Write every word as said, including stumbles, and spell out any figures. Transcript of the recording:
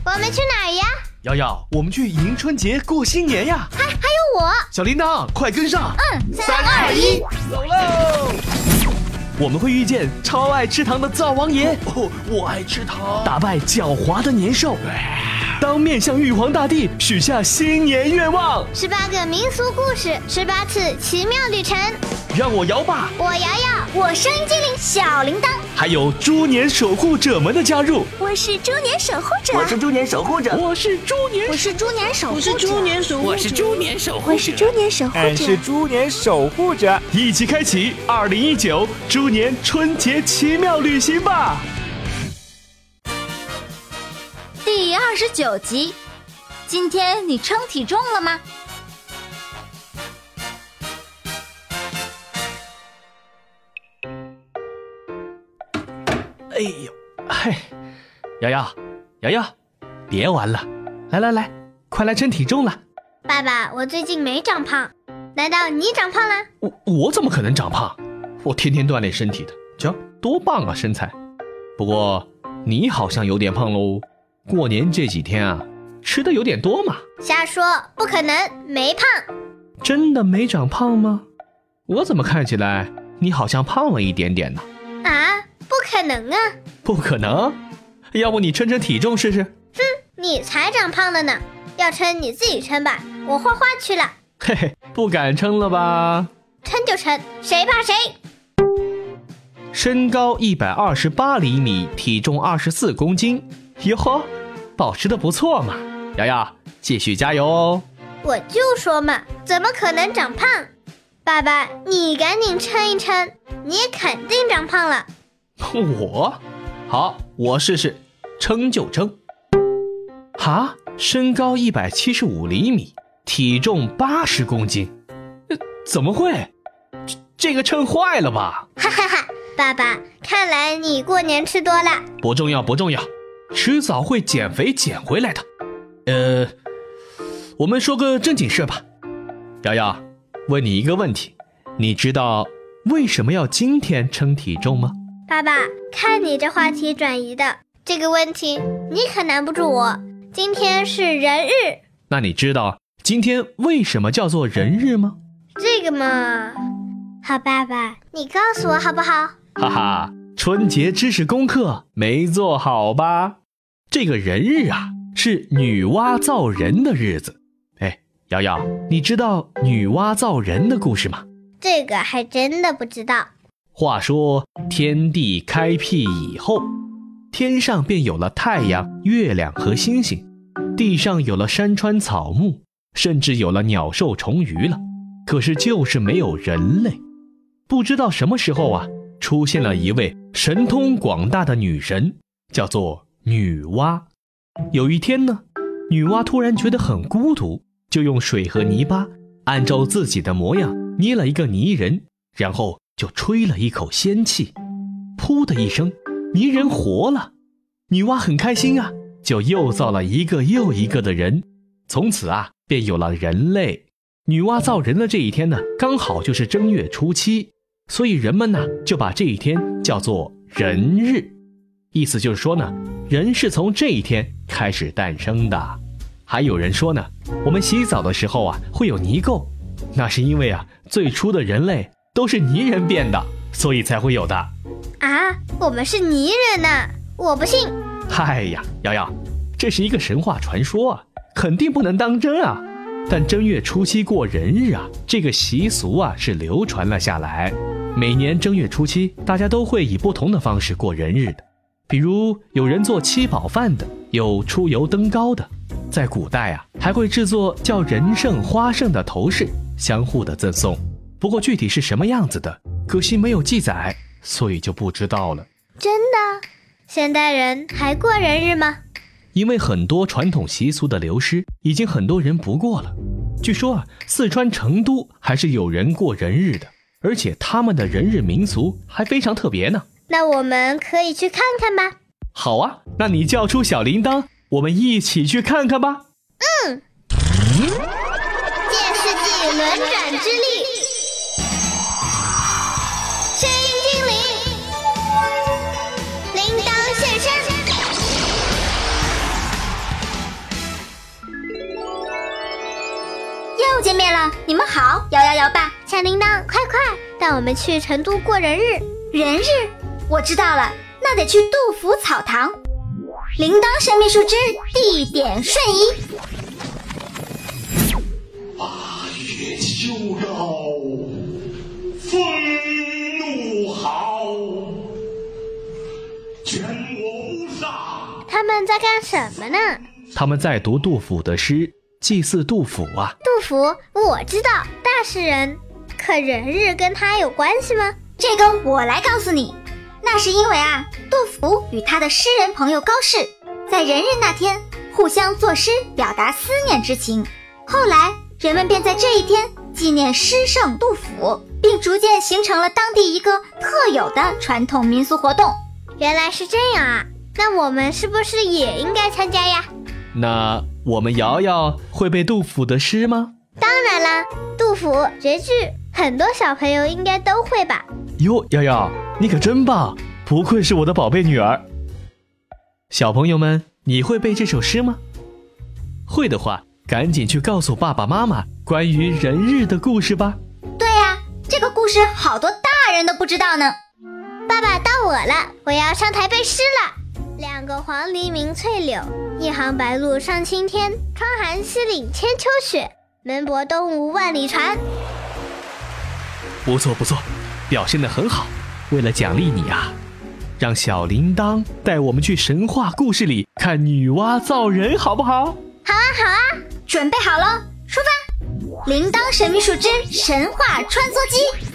我们去哪儿呀？ 瑶瑶，我们去迎春节过新年呀！ 还还有我， 小铃铛，快跟上！ 嗯，三二一， 走喽！我们会遇见超爱吃糖的灶王爷， 哦，我爱吃糖， 打败狡猾的年兽，当面向玉皇大帝许下新年愿望。 十八个民俗故事，十八次奇妙旅程。 让我摇吧， 我瑶瑶，我声音精灵小铃铛， 还有猪年守护者们的加入。 我是猪年守护者， 我是猪年守护者， 我是猪年， 我是猪年守护者， 我是猪年守护者， 我是猪年守护者，我是猪年守护者， 俺是猪年守护者， 一起开启二零一九猪年春节奇妙旅行吧！ 第二十九集，今天你称体重了吗？ 哎呦，嗨，瑶瑶，瑶瑶，别玩了，来来来，快来称体重了。 爸爸，我最近没长胖，难道你长胖了？ 我我怎么可能长胖？我天天锻炼身体的，瞧多棒啊身材。不过你好像有点胖喽，过年这几天啊，吃的有点多嘛。 瞎说，不可能，没胖。 真的没长胖吗？我怎么看起来你好像胖了一点点呢？ 啊，不可能啊！ 不可能？要不你称称体重试试？ 哼，你才长胖了呢，要称你自己称吧，我画画去了。 嘿嘿，不敢称了吧？ 称就称，谁怕谁？ 身高一百二十八厘米，体重二十四公斤，哟呵，保持得不错嘛。瑶瑶，继续加油哦！ 我就说嘛，怎么可能长胖？爸爸，你赶紧称一称，你也肯定长胖了。 我？好，我试试，称就称。哈，身高一百七十五厘米，体重八十公斤，呃，怎么会？这这个称坏了吧？ 哈哈哈，爸爸，看来你过年吃多了。 不重要，不重要，迟早会减肥减回来的。呃，我们说个正经事吧。瑶瑶，问你一个问题，你知道为什么要今天称体重吗？ 爸爸，看你这话题转移的，这个问题你可难不住我。今天是人日， 那你知道今天为什么叫做人日吗？ 这个嘛，好爸爸，你告诉我好不好？ 哈哈，春节知识功课没做好吧？这个人日啊，是女娲造人的日子。哎，瑶瑶，你知道女娲造人的故事吗？ 这个还真的不知道。 话说天地开辟以后，天上便有了太阳、月亮和星星，地上有了山川草木，甚至有了鸟兽虫鱼了。可是就是没有人类。不知道什么时候啊，出现了一位神通广大的女神，叫做女娲。有一天呢，女娲突然觉得很孤独，就用水和泥巴按照自己的模样捏了一个泥人，然后就吹了一口仙气，噗的一声，泥人活了。女娲很开心啊，就又造了一个又一个的人，从此啊，便有了人类。女娲造人的这一天呢，刚好就是正月初七，所以人们呢，就把这一天叫做人日。意思就是说呢，人是从这一天开始诞生的。还有人说呢，我们洗澡的时候啊，会有泥垢，那是因为啊，最初的人类都是泥人变的，所以才会有的。 啊，我们是泥人呢？我不信。 嗨呀，瑶瑶，这是一个神话传说啊，肯定不能当真啊。但正月初七过人日啊，这个习俗啊是流传了下来。每年正月初七，大家都会以不同的方式过人日的。比如有人做七宝饭的，有出游登高的。在古代啊，还会制作叫人参花胜的头饰，相互的赠送。不过具体是什么样子的，可惜没有记载，所以就不知道了。 真的？现代人还过人日吗？ 因为很多传统习俗的流失，已经很多人不过了。据说啊，四川成都还是有人过人日的，而且他们的人日民俗还非常特别呢。 那我们可以去看看吧。 好啊，那你叫出小铃铛，我们一起去看看吧。 嗯。借世纪轮转之力，声音精灵，铃铛现身。 又见面了，你们好，摇摇摇吧。 小铃铛，快快带我们去成都过人日。 人日，我知道了，那得去杜甫草堂。铃铛神秘树枝，地点瞬移。 八月秋高，风怒号，卷我乌纱。 他们在干什么呢？ 他们在读杜甫的诗，祭祀杜甫啊。 杜甫，我知道，大诗人。可人日跟他有关系吗？ 这个我来告诉你。那是因为啊，杜甫与他的诗人朋友高适在人日那天互相作诗表达思念之情，后来人们便在这一天纪念诗圣杜甫，并逐渐形成了当地一个特有的传统民俗活动。 原来是这样啊，那我们是不是也应该参加呀？ 那我们瑶瑶会背杜甫的诗吗？ 当然啦，杜甫、绝句，很多小朋友应该都会吧。 哟，瑶瑶，你可真棒，不愧是我的宝贝女儿。小朋友们，你会背这首诗吗？会的话，赶紧去告诉爸爸妈妈关于人日的故事吧。 对啊，这个故事好多大人都不知道呢。 爸爸，到我了，我要上台背诗了。两个黄鹂鸣翠柳，一行白鹭上青天。窗含西岭千秋雪，门泊东吴万里船。 不错不错，表现得很好。为了奖励你啊，让小铃铛带我们去神话故事里看女娲造人，好不好？ 好啊好啊， 准备好了，出发！铃铛神秘树枝神话穿梭机。